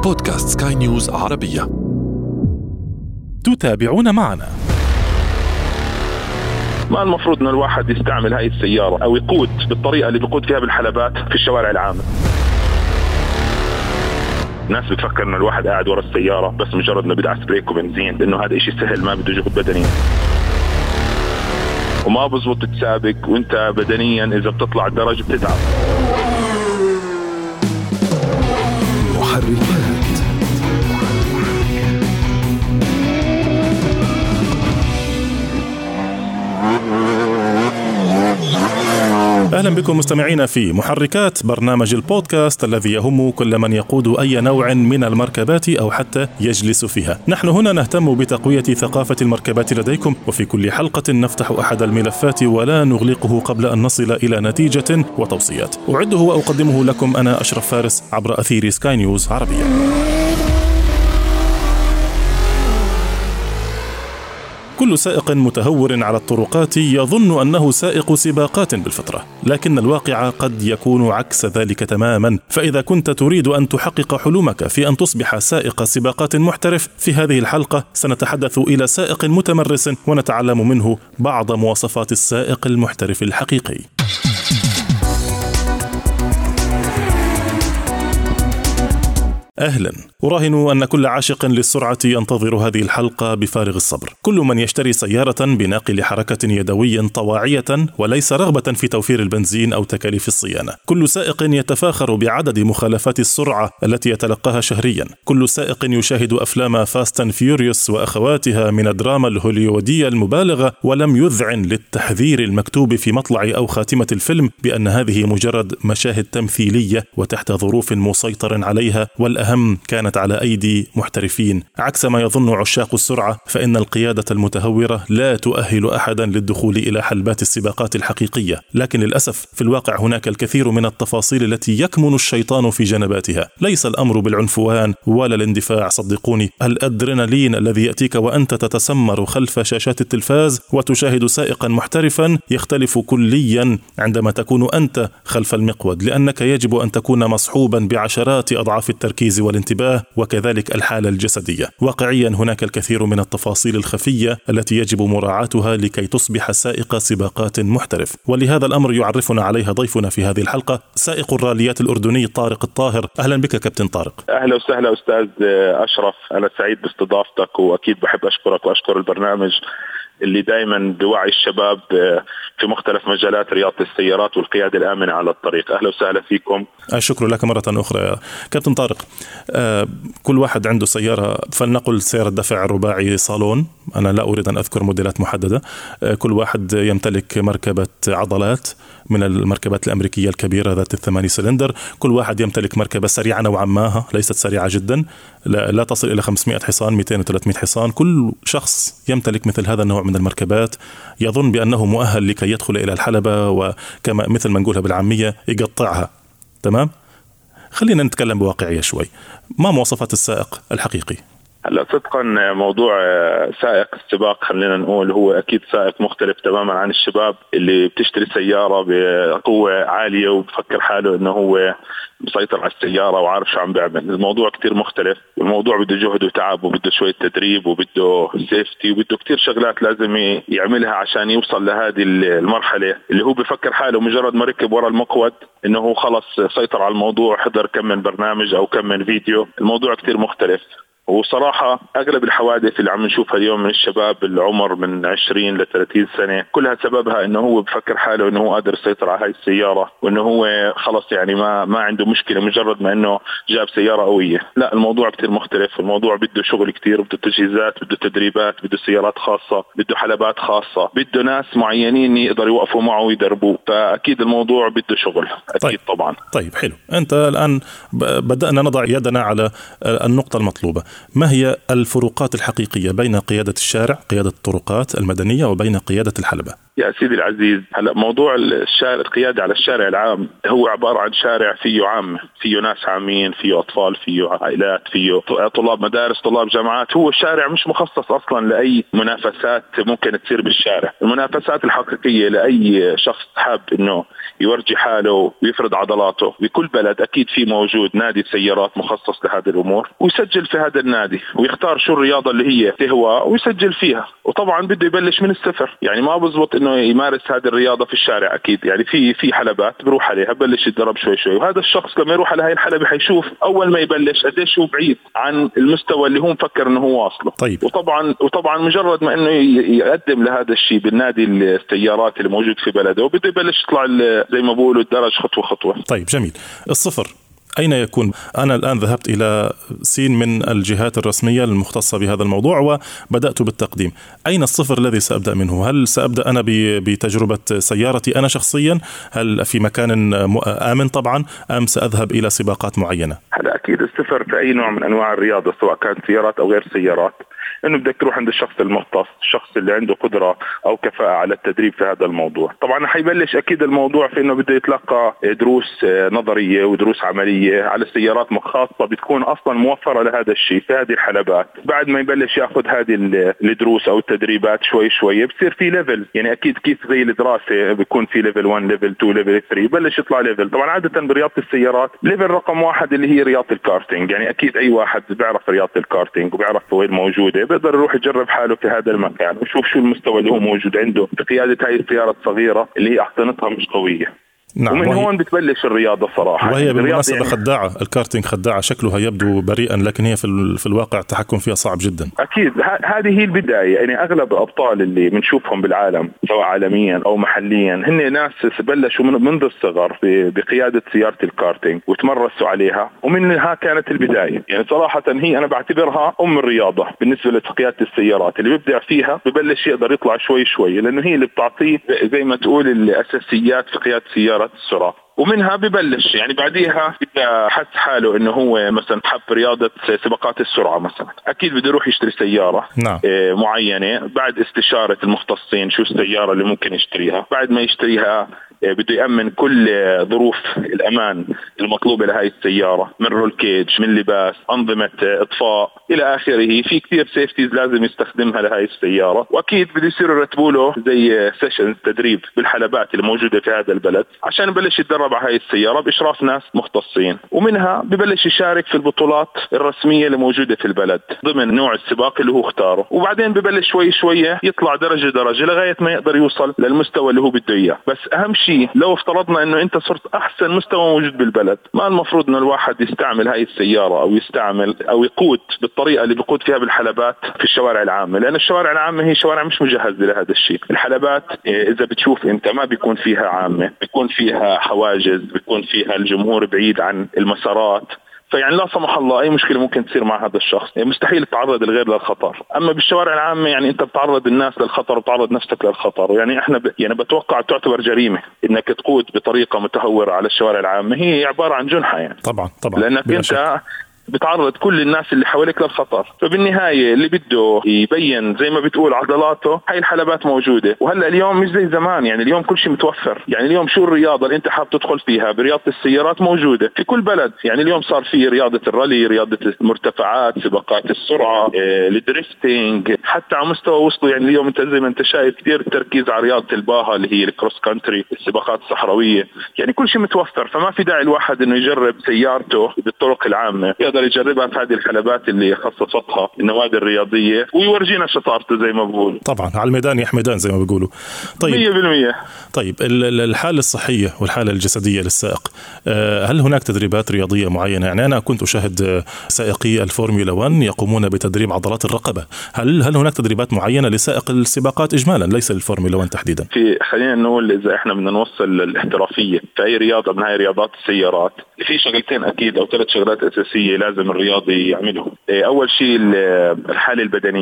بودكاست سكاي نيوز عربية. تتابعون معنا. ما المفروض أن الواحد يستعمل هاي السيارة أو يقود بالطريقة اللي بيقود فيها بالحلبات في الشوارع العامة. الناس بتفكر أن الواحد قاعد ورا السيارة بس مجرد أنه بدعس بريك وبنزين، لأنه هذا إشي سهل ما بده جهد بدني، وما بزبط تسابق وانت بدنيا إذا بتطلع الدرج بتتعب. محركات. أهلا بكم مستمعين في محركات، برنامج البودكاست الذي يهم كل من يقود أي نوع من المركبات أو حتى يجلس فيها. نحن هنا نهتم بتقوية ثقافة المركبات لديكم، وفي كل حلقة نفتح أحد الملفات ولا نغلقه قبل أن نصل إلى نتيجة وتوصيات. أعده وأقدمه لكم أنا أشرف فارس عبر أثير سكاي نيوز عربية. كل سائق متهور على الطرقات يظن أنه سائق سباقات بالفطرة، لكن الواقع قد يكون عكس ذلك تماما. فإذا كنت تريد أن تحقق حلمك في أن تصبح سائق سباقات محترف، في هذه الحلقة سنتحدث إلى سائق متمرس ونتعلم منه بعض مواصفات السائق المحترف الحقيقي. أهلا، أراهن أن كل عاشق للسرعة ينتظر هذه الحلقة بفارغ الصبر. كل من يشتري سيارة بناقل حركة يدوي طواعية وليس رغبة في توفير البنزين أو تكاليف الصيانة. كل سائق يتفاخر بعدد مخالفات السرعة التي يتلقاها شهريا. كل سائق يشاهد أفلام فاست اند فيوريوس وأخواتها من الدراما الهوليودية المبالغة، ولم يذعن للتحذير المكتوب في مطلع أو خاتمة الفيلم بأن هذه مجرد مشاهد تمثيلية وتحت ظروف مسيطر عليها، والأهم كانت على أيدي محترفين. عكس ما يظن عشاق السرعة، فإن القيادة المتهورة لا تؤهل أحدا للدخول إلى حلبات السباقات الحقيقية. لكن للأسف في الواقع هناك الكثير من التفاصيل التي يكمن الشيطان في جنباتها. ليس الأمر بالعنفوان ولا الاندفاع، صدقوني. الأدرينالين الذي يأتيك وأنت تتسمر خلف شاشات التلفاز وتشاهد سائقا محترفا يختلف كليا عندما تكون أنت خلف المقود، لأنك يجب أن تكون مصحوبا بعشرات أضعاف التركيز والانتباه، وكذلك الحالة الجسدية. واقعيا هناك الكثير من التفاصيل الخفية التي يجب مراعاتها لكي تصبح سائق سباقات محترف، ولهذا الأمر يعرفنا عليها ضيفنا في هذه الحلقة، سائق الراليات الأردني طارق الطاهر. أهلا بك كابتن طارق. أهلا وسهلا أستاذ أشرف، أنا سعيد باستضافتك، وأكيد بحب أشكرك وأشكر البرنامج اللي دائما بوعي الشباب في مختلف مجالات رياضة السيارات والقيادة الآمنة على الطريق. أهلا وسهلا فيكم. الشكر لك مرة أخرى كابتن طارق. كل واحد عنده سيارة، فلنقل سيارة دفع رباعي صالون، أنا لا أريد أن أذكر موديلات محددة. كل واحد يمتلك مركبة عضلات من المركبات الأمريكية الكبيرة ذات 8 سلندر. كل واحد يمتلك مركبة سريعة نوعا ما، ليست سريعة جدا، لا تصل إلى 500 حصان، 200 و 300 حصان. كل شخص يمتلك مثل هذا النوع من المركبات يظن بأنه مؤهل لكي يدخل إلى الحلبة، وكما مثل ما نقولها بالعامية يقطعها. تمام؟ خلينا نتكلم بواقعية شوي. ما مواصفات السائق الحقيقي؟ هلا صدقا موضوع سائق السباق خلينا نقول هو أكيد سائق مختلف تماما عن الشباب اللي بتشتري سيارة بقوة عالية وبفكر حاله إنه هو مسيطر على السيارة وعارف شو عم بيعمل. الموضوع كتير مختلف، والموضوع بده جهد وتعب وبده شوية تدريب وبده سيفتي وبده كتير شغلات لازم يعملها عشان يوصل لهذه المرحلة اللي هو بفكر حاله مجرد ما ركب ورا المقود إنه هو خلص سيطر على الموضوع، حضر كم من برنامج أو كم من فيديو. الموضوع كتير مختلف. وصراحة أغلب الحوادث اللي عم نشوفها اليوم من الشباب العمر من 20 ل 30 سنة كلها سببها إنه هو بفكر حاله إنه هو قادر يسيطر على هاي السيارة، وإنه هو خلص يعني ما عنده مشكلة مجرد ما إنه جاب سيارة قوية. لا، الموضوع كتير مختلف. الموضوع بده شغل كتير، بده تجهيزات، بده تدريبات، بده سيارات خاصة، بده حلبات خاصة، بده ناس معينين يقدروا يوقفوا معه ويدربوه. فأكيد الموضوع بده شغل أكيد. طبعا. طيب حلو، أنت الآن بدأنا نضع يدنا على النقطة المطلوبة. ما هي الفروقات الحقيقية بين قيادة الشارع، قيادة الطرقات المدنية، وبين قيادة الحلبة؟ يا سيدي العزيز، هلا موضوع القيادة على الشارع العام هو عبارة عن شارع فيه عامة، فيه ناس عامين، فيه أطفال، فيه عائلات، فيه طلاب مدارس، طلاب جامعات. هو الشارع مش مخصص أصلا لأي منافسات ممكن تصير بالشارع. المنافسات الحقيقية لأي شخص حاب إنه يورجي حاله ويفرض عضلاته بكل بلد أكيد في موجود نادي سيارات مخصص لهذه الأمور، ويسجل في هذا النادي ويختار شو الرياضة اللي هي تهوى ويسجل فيها. وطبعا بده يبلش من الصفر، يعني ما بزبط إنه يمارس هذه الرياضة في الشارع. أكيد يعني في حلبات بروح عليها، بلش يتدرب شوي شوي، وهذا الشخص لما يروح على هاي الحلبة حيشوف أول ما يبلش قديش هو بعيد عن المستوى اللي هو مفكر إنه هو واصله. طيب. وطبعا مجرد ما إنه يقدم لهذا الشيء بالنادي السيارات اللي موجود في بلده، وبده يبلش يطلع زي ما بقولوا الدرج خطوة خطوة. طيب جميل. الصفر أين يكون؟ أنا الآن ذهبت إلى سين من الجهات الرسمية المختصة بهذا الموضوع وبدأت بالتقديم. أين الصفر الذي سأبدأ منه؟ هل سأبدأ أنا بتجربة سيارتي أنا شخصيا؟ هل في مكان آمن طبعا، أم سأذهب إلى سباقات معينة؟ هلا أكيد الصفر في أي نوع من أنواع الرياضة سواء كانت سيارات أو غير سيارات، إنه بدك تروح عند الشخص المختص، الشخص اللي عنده قدرة أو كفاءة على التدريب في هذا الموضوع. طبعا حيبلش أكيد الموضوع في إنه بده يتلقى دروس نظرية ودروس عملية على السيارات خاصة بتكون أصلا موفرة لهذا الشيء في هذه الحلبات. بعد ما يبلش يأخذ هذه الدروس أو التدريبات شوي شوي بصير في ليفل، يعني أكيد كيف زي الدراسة بيكون في ليفل 1 ليفل 2 ليفل 3 يبلش يطلع ليفل. طبعا عادة برياضة السيارات ليفل رقم 1 اللي هي رياضة الكارتينج، يعني أكيد أي واحد بيعرف رياضة الكارتينج وبيعرف وين موجودة بيقدر يروح يجرب حاله في هذا المكان ويشوف شو المستوى اللي هو موجود عنده في قيادة هاي السيارة الصغيرة اللي هي أحصنتها مش قوية. نعم. ومن هون بتبلش الرياضة صراحة. وهي بالمناسبة يعني خداعة، الكارتينج خداعة، شكلها يبدو بريئا لكن هي في الواقع التحكم فيها صعب جدا. أكيد هذه هي البداية. يعني أغلب الأبطال اللي بنشوفهم بالعالم سواء عالميا أو محليا هن ناس بلشوا منذ الصغر بقيادة سيارة الكارتينج وتمرسوا عليها، ومنها كانت البداية. يعني صراحة هي أنا بعتبرها أم الرياضة بالنسبة لقيادة السيارات. اللي بيبدع فيها ببلش يقدر يطلع شوي شوي، لأنه هي اللي بتعطيه زي ما تقول الأساسيات في قيادة سيارة السرعة، ومنها ببلش يعني بعديها إذا حس حاله إنه هو مثلا حب رياضة سباقات السرعة مثلا، أكيد بده يروح يشتري سيارة نعم. معينة بعد استشارة المختصين شو السيارة اللي ممكن يشتريها. بعد ما يشتريها بده يأمن كل ظروف الأمان المطلوبة لهاي السيارة، من رول كيج، من لباس، أنظمة إطفاء إلى آخره. في كتير سيفتيز لازم يستخدمها لهاي السيارة. وأكيد بده يصيروا يرتبوا له زي سيشن تدريب بالحلبات اللي موجودة في هذا البلد عشان يبلش يتدرب على هاي السيارة بإشراف ناس مختصين، ومنها ببلش يشارك في البطولات الرسمية اللي موجودة في البلد ضمن نوع السباق اللي هو اختاره. وبعدين ببلش شوي شوية يطلع درجة درجة لغاية ما يقدر يوصل للمستوى اللي هو بده إياه. بس أهم شيء لو افترضنا انه انت صرت احسن مستوى موجود بالبلد، ما المفروض ان الواحد يستعمل هاي السيارة او يستعمل او يقود بالطريقة اللي بيقود فيها بالحلبات في الشوارع العامة، لان الشوارع العامة هي شوارع مش مجهزة لهذا الشيء. الحلبات اذا بتشوف انت ما بيكون فيها عامة، بيكون فيها حواجز، بيكون فيها الجمهور بعيد عن المسارات، فيعني لا سمح الله أي مشكلة ممكن تصير مع هذا الشخص. يعني مستحيل تعرض الغير للخطر. أما بالشوارع العامة يعني أنت بتعرض الناس للخطر وبتعرض نفسك للخطر. يعني إحنا يعني بتوقع تعتبر جريمة إنك تقود بطريقة متهورة على الشوارع العامة، هي عبارة عن جنحة يعني. طبعا لأنك أنت بتعرض كل الناس اللي حواليك للخطر. فبالنهاية اللي بده يبين زي ما بتقول عضلاته، هاي الحلبات موجودة. وهلأ اليوم مش زي زمان، يعني اليوم كل شيء متوفر. يعني اليوم شو الرياضة اللي انت حاب تدخل فيها برياضة السيارات موجودة في كل بلد. يعني اليوم صار في رياضة الرالي، رياضة المرتفعات، سباقات السرعة، الدريفتينج، حتى على مستوى وصلوا. يعني اليوم انت زي ما انت شايف كتير التركيز على رياضة الباها اللي هي الكروس كانتري، السباقات الصحراوية. يعني كل شيء متوفر، فما في داعي الواحد انه يجرب سيارته بالطرق العامة، يقدر يجربها في هذه الحلبات اللي خصصتها النوادي الرياضية ويورجينا شطارته زي ما بقول. طبعا على الميدان يا حميدان زي ما بيقولوا. طيب 100%. طيب الحالة الصحية والحالة الجسدية للسائق، هل هناك تدريبات رياضية معينة؟ يعني أنا كنت أشاهد سائقي الفورمولا 1 يقومون بتدريب عضلات الرقبة. هل هناك تدريبات معينة لسائق السباقات إجمالا ليس للفورمولا 1 تحديدا؟ خلينا نقول إذا إحنا بدنا نوصل للاحترافية في أي رياضة من هاي رياضات السيارات، في شغلتين أكيد أو 3 شغلات أساسية لازم الرياضي يعملهم. أول شيء الحالة البدنية،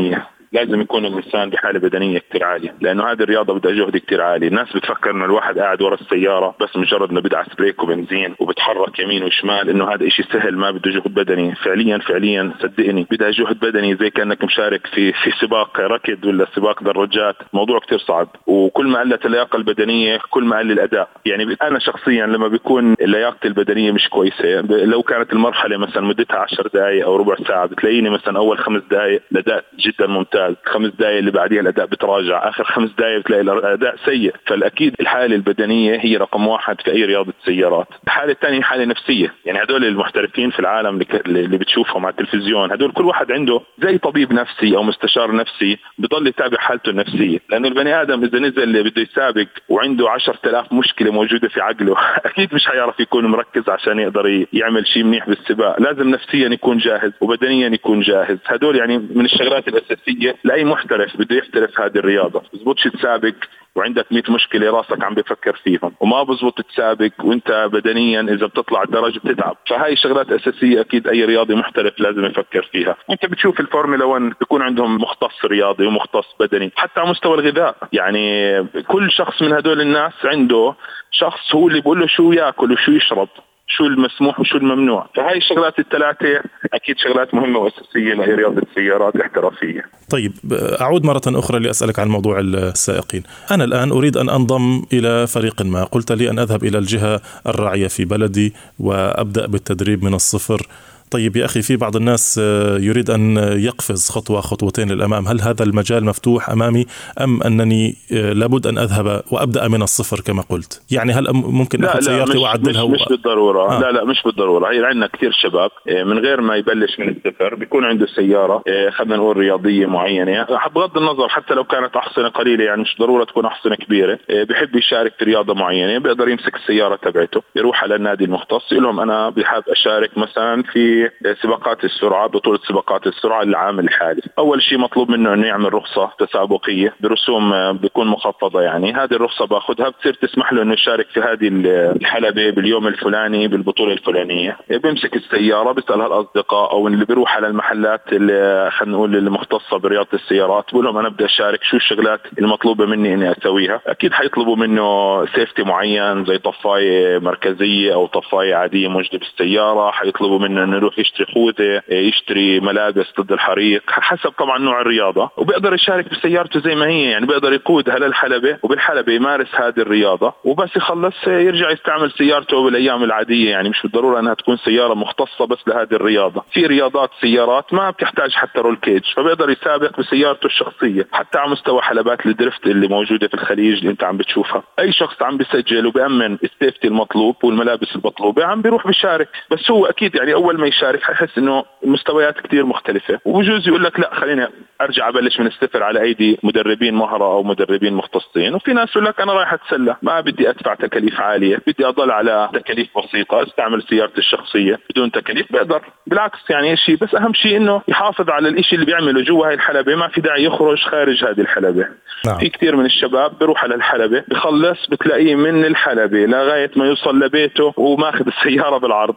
لازم يكون الإنسان بحالة بدنية كتير عالية، لأنه هذه الرياضة بدها جهد كتير عالي. الناس بتفكر إنه الواحد قاعد ورا السيارة بس مجرد إنه بدعس بريك وبنزين وبتحرك يمين وشمال إنه هذا إشي سهل ما بده جهد بدني. فعليا صدقني بدها جهد بدني زي كأنك مشارك في سباق ركض ولا سباق دراجات. موضوع كتير صعب، وكل ما قلت اللياقة البدنية كل ما قل الأداء. يعني أنا شخصيا لما بيكون اللياقة البدنية مش كويسة، لو كانت المرحلة مثلا مدتها 10 دقائق أو ربع ساعة، بتلاقيني مثلا أول 5 دقائق الأداء جدا ممتاز، 5 دقائق اللي بعديها الأداء بتراجع، آخر 5 دقائق بتلاقي الأداء سيء. فالأكيد الحالة البدنية هي رقم 1 في أي رياضة سيارات. الحالة الثانية حالة نفسية. يعني هدول المحترفين في العالم اللي بتشوفهم على التلفزيون، هدول كل واحد عنده زي طبيب نفسي أو مستشار نفسي بضل يتابع حالته النفسية. لأنه البني آدم إذا نزل اللي بده يسابق وعنده 10,000 مشكلة موجودة في عقله أكيد مش هيعرف يكون مركز عشان يقدر يعمل شيء منيح بالسباق. لازم نفسيا يكون جاهز وبدنيا يكون جاهز. هدول يعني من الشغلات الأساسية لأي محترف بده يحترف هذه الرياضة. بزبطش تسابق وعندك 100 مشكلة راسك عم بفكر فيهم، وما بزبط تسابق وانت بدنيا إذا بتطلع الدرجة بتتعب. فهاي شغلات أساسية أكيد أي رياضي محترف لازم يفكر فيها. انت بتشوف الفورمولا 1 بيكون عندهم مختص رياضي ومختص بدني، حتى على مستوى الغذاء. يعني كل شخص من هدول الناس عنده شخص هو اللي بيقول له شو يأكل وشو يشرب، شو المسموح وشو الممنوع. فهاي الشغلات الثلاثة أكيد شغلات مهمة وأساسية لهي رياضة السيارات الاحترافية. طيب أعود مرة أخرى لأسألك عن موضوع السائقين. أنا الآن أريد أن أنضم إلى فريق ما، قلت لي أن أذهب إلى الجهة الراعية في بلدي وأبدأ بالتدريب من الصفر. طيب يا أخي، في بعض الناس يريد أن يقفز خطوة خطوتين للأمام. هل هذا المجال مفتوح أمامي أم أنني لابد أن أذهب وأبدأ من الصفر كما قلت؟ يعني هل ممكن أخذ سيارتي وأعدلها؟ مش بالضرورة. لا مش بالضرورة. هي عندنا كثير شباب من غير ما يبلش من الصفر بيكون عنده سيارة خلينا نقول رياضية معينة، بغض النظر حتى لو كانت أحصنة قليلة، يعني مش ضرورة تكون أحصنة كبيرة، بيحب يشارك في رياضة معينة، بيقدر يمسك السيارة تبعته يروح على النادي المختص يقول لهم أنا بحب أشارك مثلا في سباقات السرعة، بطولة سباقات السرعة العام الحالي. أول شيء مطلوب منه إنه يعمل رخصة تسابقية برسوم بيكون مخفضة. يعني هذه الرخصة باخذها بتصير تسمح له إنه يشارك في هذه الحلبة باليوم الفلاني بالبطولة الفلانية. بيمسك السيارة بيسأل هالأصدقاء أو اللي بيروح على المحلات اللي خلينا نقول المختصة برياضة السيارات، بقول لهم أنا بدي أشارك، شو الشغلات المطلوبة مني إني أسويها. أكيد حيطلبوا منه سيفتي معين زي طفاية مركزية أو طفاية عادية موجودة بالسيارة. حيطلبوا منه إنه يروح يشتري خوذة، يشتري ملابس ضد الحريق حسب طبعا نوع الرياضة، وبيقدر يشارك بسيارته زي ما هي. يعني بيقدر يقودها للحلبة وبالحلبة يمارس هذه الرياضة، وبس يخلص يرجع يستعمل سيارته بالأيام العادية. يعني مش بالضرورة أنها تكون سيارة مختصة بس لهذه الرياضة. في رياضات سيارات ما بتحتاج حتى رول كيج، فبيقدر يسابق بسيارته الشخصية. حتى على مستوى حلبات الدريفت اللي موجودة في الخليج اللي انت عم بتشوفها، أي شخص عم بيسجل وبيأمن السيفتي المطلوب والملابس المطلوبة عم بيروح بيشارك. بس هو أكيد يعني أول ما يشارك حيحس إنه المستويات كتير مختلفة، وبجوز يقول لك لا خليني أرجع أبلش من الصفر على أيدي مدربين مهرة أو مدربين مختصين. وفي ناس يقول لك أنا رايح أتسلى، ما بدي أدفع تكاليف عالية، بدي أضل على تكاليف بسيطة، استعمل سيارتي الشخصية بدون تكاليف. بقدر بالعكس يعني شيء، بس أهم شيء إنه يحافظ على الإشي اللي بيعمله جوا هاي الحلبة، ما في داعي يخرج خارج هذه الحلبة. في كتير من الشباب بيروح على الحلبة بخلص بتلاقيه من الحلبة لغاية ما يوصل لبيته وماخذ السيارة بالعرض.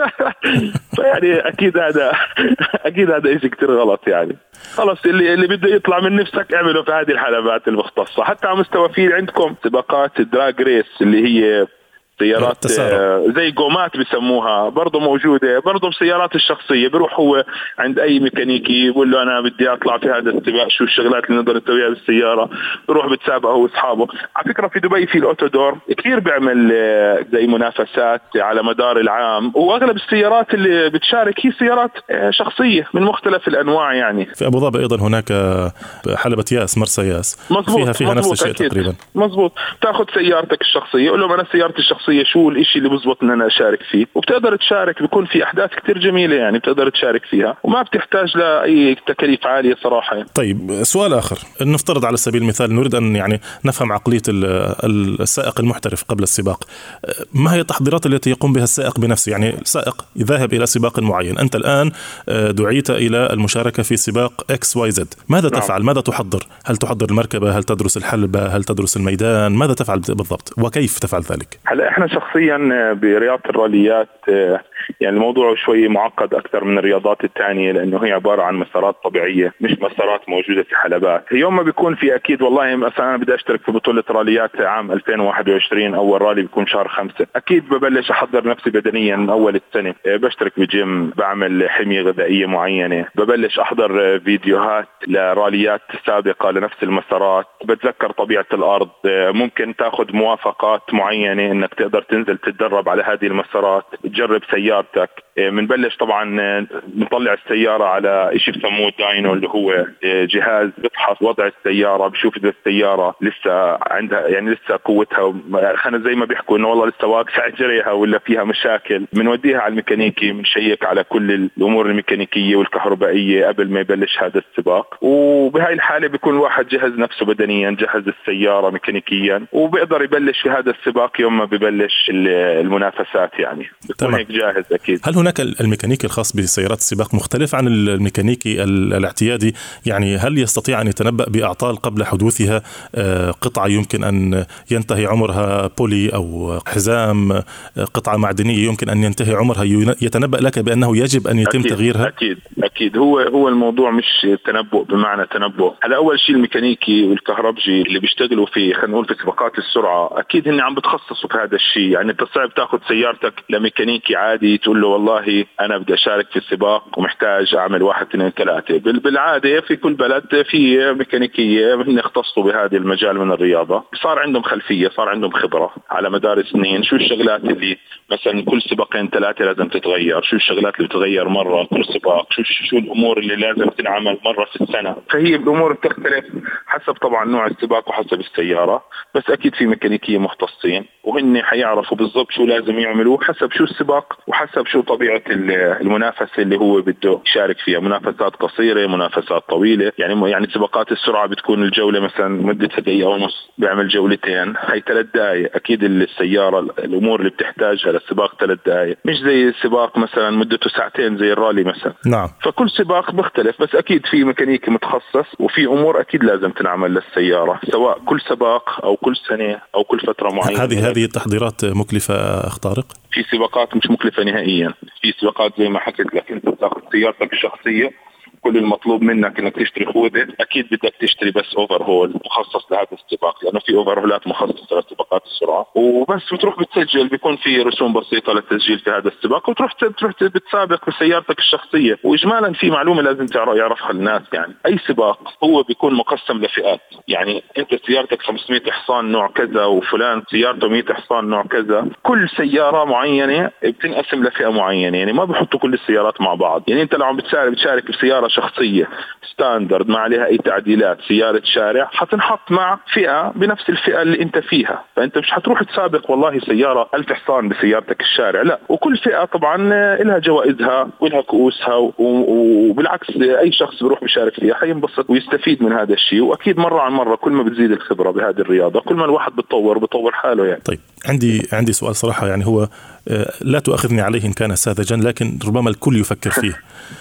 فيعني أكيد هذا إشي كتير غلط. يعني خلاص اللي بده يطلع من نفسك اعمله في هذه الحلبات المختصة. حتى على مستوى في عندكم سباقات الدراج ريس اللي هي سيارات زي قومات بيسموها، برضو موجودة برضو بسيارات الشخصية. بيروح هو عند أي ميكانيكي يقول له أنا بدي أطلع في هذا السباق، شو الشغلات اللي نقدر نسويها بالسيارة، بيروح بتسابق هو وأصحابه. على فكرة في دبي في الأوتودور كثير بيعمل زي منافسات على مدار العام، وأغلب السيارات اللي بتشارك هي سيارات شخصية من مختلف الأنواع. يعني في أبو ظبي أيضا هناك حلبة ياس، مرسى ياس، فيها نفس الشيء تقريبا. مزبوط. تأخذ سيارتك الشخصية، قول لهم أنا سيارتي الشخصية شو الاشي اللي بزبط ان انا اشارك فيه، وبتقدر تشارك. بيكون في احداث كتير جميلة يعني بتقدر تشارك فيها وما بتحتاج لاي تكاليف عالية صراحة يعني. طيب سؤال اخر، نفترض على سبيل المثال نريد ان يعني نفهم عقلية السائق المحترف قبل السباق. ما هي التحضيرات التي يقوم بها السائق بنفسه؟ يعني السائق يذهب الى سباق معين، انت الان دعيت الى المشاركة في سباق XYZ، ماذا تفعل؟ ماذا تحضر؟ هل تحضر المركبة؟ هل تدرس الحلبة؟ هل تدرس الميدان؟ ماذا تفعل بالضبط وكيف تفعل ذلك؟ هلا احنا شخصيا برياضة الراليات يعني الموضوع شوي معقد أكثر من الرياضات الثانية، لأنه هي عبارة عن مسارات طبيعية مش مسارات موجودة في حلبات. يوم ما بيكون في أكيد والله مثلا أنا بدي أشترك في بطولة راليات عام 2021، أول رالي بيكون شهر 5، أكيد ببلش أحضر نفسي بدنيا من أول السنة، بشترك بجيم، بعمل حمية غذائية معينة، ببلش أحضر فيديوهات لراليات سابقة لنفس المسارات، بتذكر طبيعة الأرض، ممكن تأخذ موافقات معينة إنك تقدر تنزل تتدرب على هذه المسارات، تجرب سيارتك. منبلش طبعا نطلع السيارة على شيء بسموه داينو، اللي هو جهاز بفحص وضع السيارة، بشوف إذا السيارة لسه عندها يعني لسه قوتها، خلينا زي ما بيحكوا إنه والله لسه واقفة على جريها ولا فيها مشاكل. بنوديها على الميكانيكي، بنشيك على كل الأمور الميكانيكية والكهربائية قبل ما يبلش هذا السباق. وبهاي الحالة بيكون الواحد جهز نفسه بدنيا، جهز السيارة ميكانيكيا، وبيقدر يبلش في هذا السباق يوم ما ببلش المنافسات، يعني بيكون هيك جاهز أكيد. هل هناك الميكانيكي الخاص بسيارات السباق مختلف عن الميكانيكي الاعتيادي؟ يعني هل يستطيع أن يتنبأ بأعطال قبل حدوثها، قطعة يمكن أن ينتهي عمرها بولي أو حزام، قطعة معدنية يمكن أن ينتهي عمرها، يتنبأ لك بأنه يجب أن يتم تغييرها؟ أكيد هو الموضوع مش تنبؤ بمعنى تنبؤ. على أول شيء الميكانيكي والكهربجي اللي بيشتغلوا في خلينا نقول في سباقات السرعة أكيد هن عم بتخصصوا في هذا الشيء. يعني أنت صعب تأخذ سيارتك لميكانيكي عادي تقول له والله أنا بدي أشارك في السباق ومحتاج أعمل 1 2 3. بالعادة في كل بلد في ميكانيكية هن اختصوا بهذا المجال من الرياضة، صار عندهم خلفية، صار عندهم خبرة على مدار سنين. شو الشغلات اللي مثلا كل سباقين 3 لازم تتغير، شو الشغلات اللي بتتغير مرة كل سباق، شو الأمور اللي لازم تنعمل مرة في السنة. فهي الأمور بتختلف حسب طبعا نوع السباق وحسب السيارة، بس أكيد في ميكانيكية مختصين وهن حيعرفوا بالضبط شو لازم يعملوا حسب شو السباق وحسب شو طبيعة المنافسة اللي هو بده يشارك فيها. منافسات قصيرة، منافسات طويلة، يعني سباقات السرعة بتكون الجولة مثلا مدتها 1.5 دقيقة، بيعمل جولتين، هي 3 دقائق. أكيد السيارة الأمور اللي بتحتاجها للسباق 3 دقائق، مش زي السباق مثلا مدته 2 ساعة زي الرالي مثلا. نعم. فكل سباق بيختلف، بس أكيد في ميكانيكي متخصص وفي أمور أكيد لازم تنعمل للسيارة، سواء كل سباق أو كل سنة أو كل فترة معينة. هذه التحضيرات مكلفة أخ طارق؟ في سباقات مش مكلفة نهائيا. في سباقات زي ما حكيت لك أنت بتاخذ سيارتك الشخصية، كل المطلوب منك انك تشتري خوذة، اكيد بدك تشتري بس اوفر هول مخصص لهذا السباق، لانه في اوفر هولات مخصصة لسباقات السرعة، وبس بتروح بتسجل، بيكون في رسوم بسيطة للتسجيل في هذا السباق، وتروح بتسابق بسيارتك الشخصية. واجمالا في معلومة لازم يعرفها الناس، يعني اي سباق هو بيكون مقسم لفئات. يعني انت سيارتك 500 حصان نوع كذا، وفلان سيارته 100 حصان نوع كذا، كل سيارة معينة بتنقسم لفئة معينة، يعني ما بيحطوا كل السيارات مع بعض. يعني انت لو عم بتشارك بسيارة شخصية ستاندرد ما عليها اي تعديلات، سيارة شارع، حتنحط مع فئة بنفس الفئة اللي انت فيها. فانت مش حتروح تسابق والله سيارة 1000 حصان بسيارتك الشارع، لا. وكل فئة طبعا لها جوائزها ولها كؤوسها، وبالعكس اي شخص بيروح بيشارك فيها حينبسط ويستفيد من هذا الشيء. واكيد مرة عن مرة كل ما بتزيد الخبرة بهذه الرياضة كل ما الواحد بيطور حاله يعني. طيب عندي سؤال صراحة، يعني هو لا تؤاخذني عليه إن كان ساذجا، لكن ربما الكل يفكر فيه.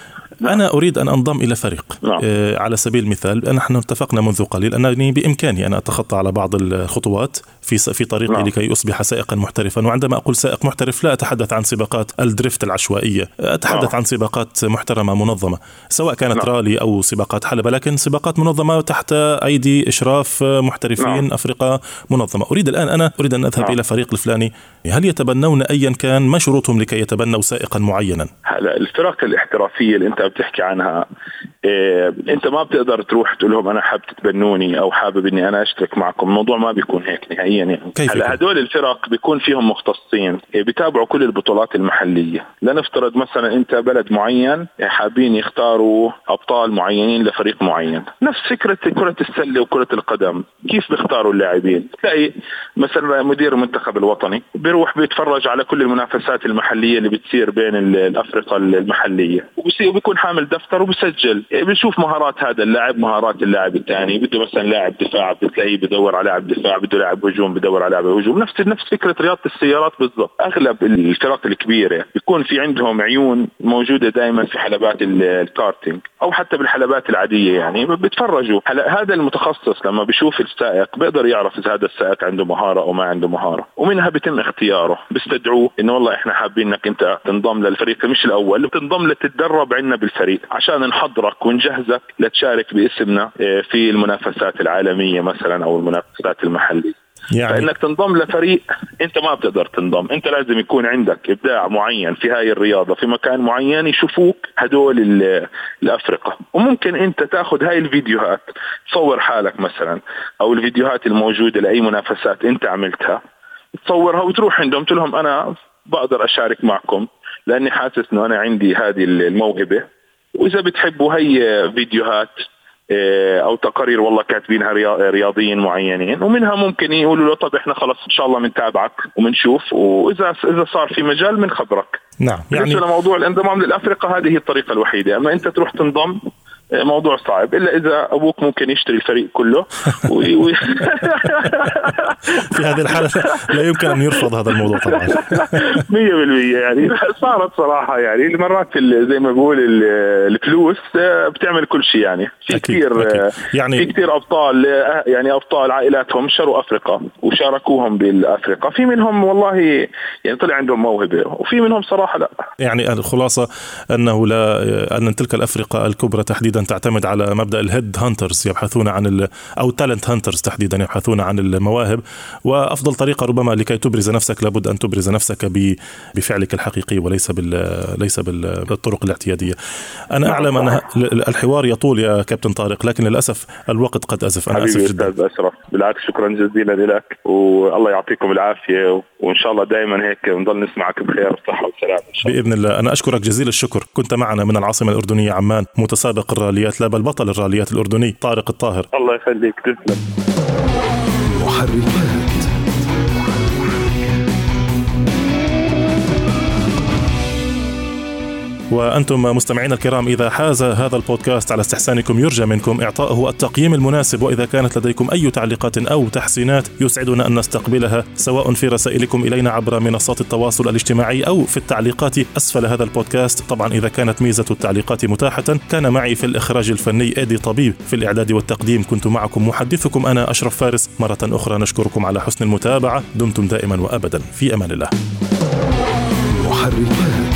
أنا أريد أن أنضم إلى فريق. على سبيل المثال نحن اتفقنا منذ قليل أنني بإمكاني أن أتخطى على بعض الخطوات في طريقي لكي أصبح سائقا محترفا. وعندما أقول سائق محترف لا أتحدث عن سباقات الدريفت العشوائية، أتحدث عن سباقات محترمة منظمة، سواء كانت رالي أو سباقات حلبة، لكن سباقات منظمة تحت أيدي إشراف محترفين أفرقة منظمة. أريد أن أذهب إلى فريق الفلاني، هل يتبنون أيا كان ما شروطهم لكي يتبنوا سائقا معينا؟ هلا الفرق الاحترافية اللي أنت بتحكي عنها، انت ما بتقدر تروح تقول لهم انا حابب تتبنوني او حابب اني انا اشترك معكم. الموضوع ما بيكون هيك نهائيا يعني. هلا هدول الفرق بيكون فيهم مختصين بيتابعوا كل البطولات المحلية. لنفترض مثلا انت بلد معين حابين يختاروا ابطال معينين لفريق معين، نفس فكرة كرة السلة وكرة القدم، كيف بيختاروا اللاعبين؟ تلاقي مثلا مدير المنتخب الوطني بيروح بيتفرج على كل المنافسات المحلية اللي بتصير بين الافرقة المحلية، وبيكون حامل دفتر وبسجل، بنشوف مهارات هذا اللاعب، مهارات اللاعب الثاني. بده مثلا لاعب دفاع بتلاقيه بدور على لاعب دفاع، بده لاعب هجوم بدور على لاعب هجوم. نفس فكرة رياضة السيارات بالضبط. أغلب الفرق الكبيرة بيكون في عندهم عيون موجودة دائما في حلبات الكارتينج، أو حتى بالحلبات العادية يعني بتفرجوا. هلا هذا المتخصص لما بيشوف السائق بيقدر يعرف إذا هذا السائق عنده مهارة أو ما عنده مهارة، ومنها بيتم اختياره. بيستدعوه إنه والله إحنا حابين إنك أنت تنضم للفريق مش الأول، وتنضم لتتدرب عندنا بالفريق عشان نحضرك ونجهزك لتشارك باسمنا في المنافسات العالمية مثلا أو المنافسات المحلية. يعني فإنك تنضم لفريق أنت ما بتقدر تنضم، أنت لازم يكون عندك إبداع معين في هاي الرياضة في مكان معين يشوفوك هدول الأفرقة. وممكن أنت تأخذ هاي الفيديوهات تصور حالك مثلا، أو الفيديوهات الموجودة لأي منافسات أنت عملتها تصورها وتروح عندهم تقول لهم أنا بقدر أشارك معكم لأني حاسس أنه أنا عندي هذه الموهبة، وإذا بتحبوا هي فيديوهات أو تقارير والله كاتبينها رياضيين معينين، ومنها ممكن يقولوا له طب إحنا خلاص إن شاء الله منتابعك ومنشوف، وإذا صار في مجال منخبرك. نعم. يعني بالنسبة لموضوع الانضمام للأفرقة هذه هي الطريقة الوحيدة. أما أنت تروح تنضم موضوع صعب، إلا إذا أبوك ممكن يشتري الفريق كله في هذه الحالة لا يمكن أن يرفض هذا الموضوع طبعا 100%. يعني صارت صراحة يعني المرات زي ما بقول الفلوس بتعمل كل شيء. يعني في كثير يعني في كثير أبطال، يعني أبطال عائلاتهم شروا أفريقيا وشاركوهم بالأفريقيا، في منهم والله يعني طلع عندهم موهبة، وفي منهم صراحة لا. يعني الخلاصة أنه لا، أن تلك الأفريقيا الكبرى تحديدا تعتمد على مبدأ الهيد هانترز، يبحثون عن أو تالنت هانترز تحديدا، يبحثون عن المواهب. وأفضل طريقة ربما لكي تبرز نفسك لابد أن تبرز نفسك بفعلك الحقيقي وليس بالطرق الاعتيادية. أنا أعلم أن الحوار يطول يا كابتن طارق، لكن للأسف الوقت قد أزف. أنا أسف جدا. أستاذ أشرف، بالعكس شكرا جزيلا لك، والله يعطيكم العافية، وإن شاء الله دائما هيك نضل نسمعك بخير وصحة وسلامة بإذن الله. أنا أشكرك جزيل الشكر. كنت معنا من العاصمة الأردنية عمان متسابق الراليات، لا بل بطل الراليات الأردني طارق الطاهر. الله يخليك، تسلم. محركات. وأنتم مستمعين الكرام، إذا حاز هذا البودكاست على استحسانكم يرجى منكم إعطائه التقييم المناسب، وإذا كانت لديكم أي تعليقات أو تحسينات يسعدنا أن نستقبلها، سواء في رسائلكم إلينا عبر منصات التواصل الاجتماعي أو في التعليقات أسفل هذا البودكاست. طبعا إذا كانت ميزة التعليقات متاحة. كان معي في الإخراج الفني إيدي طبيب، في الإعداد والتقديم كنت معكم محدثكم أنا أشرف فارس. مرة أخرى نشكركم على حسن المتابعة. دمتم دائما وأبدا في أمان الله. محركات.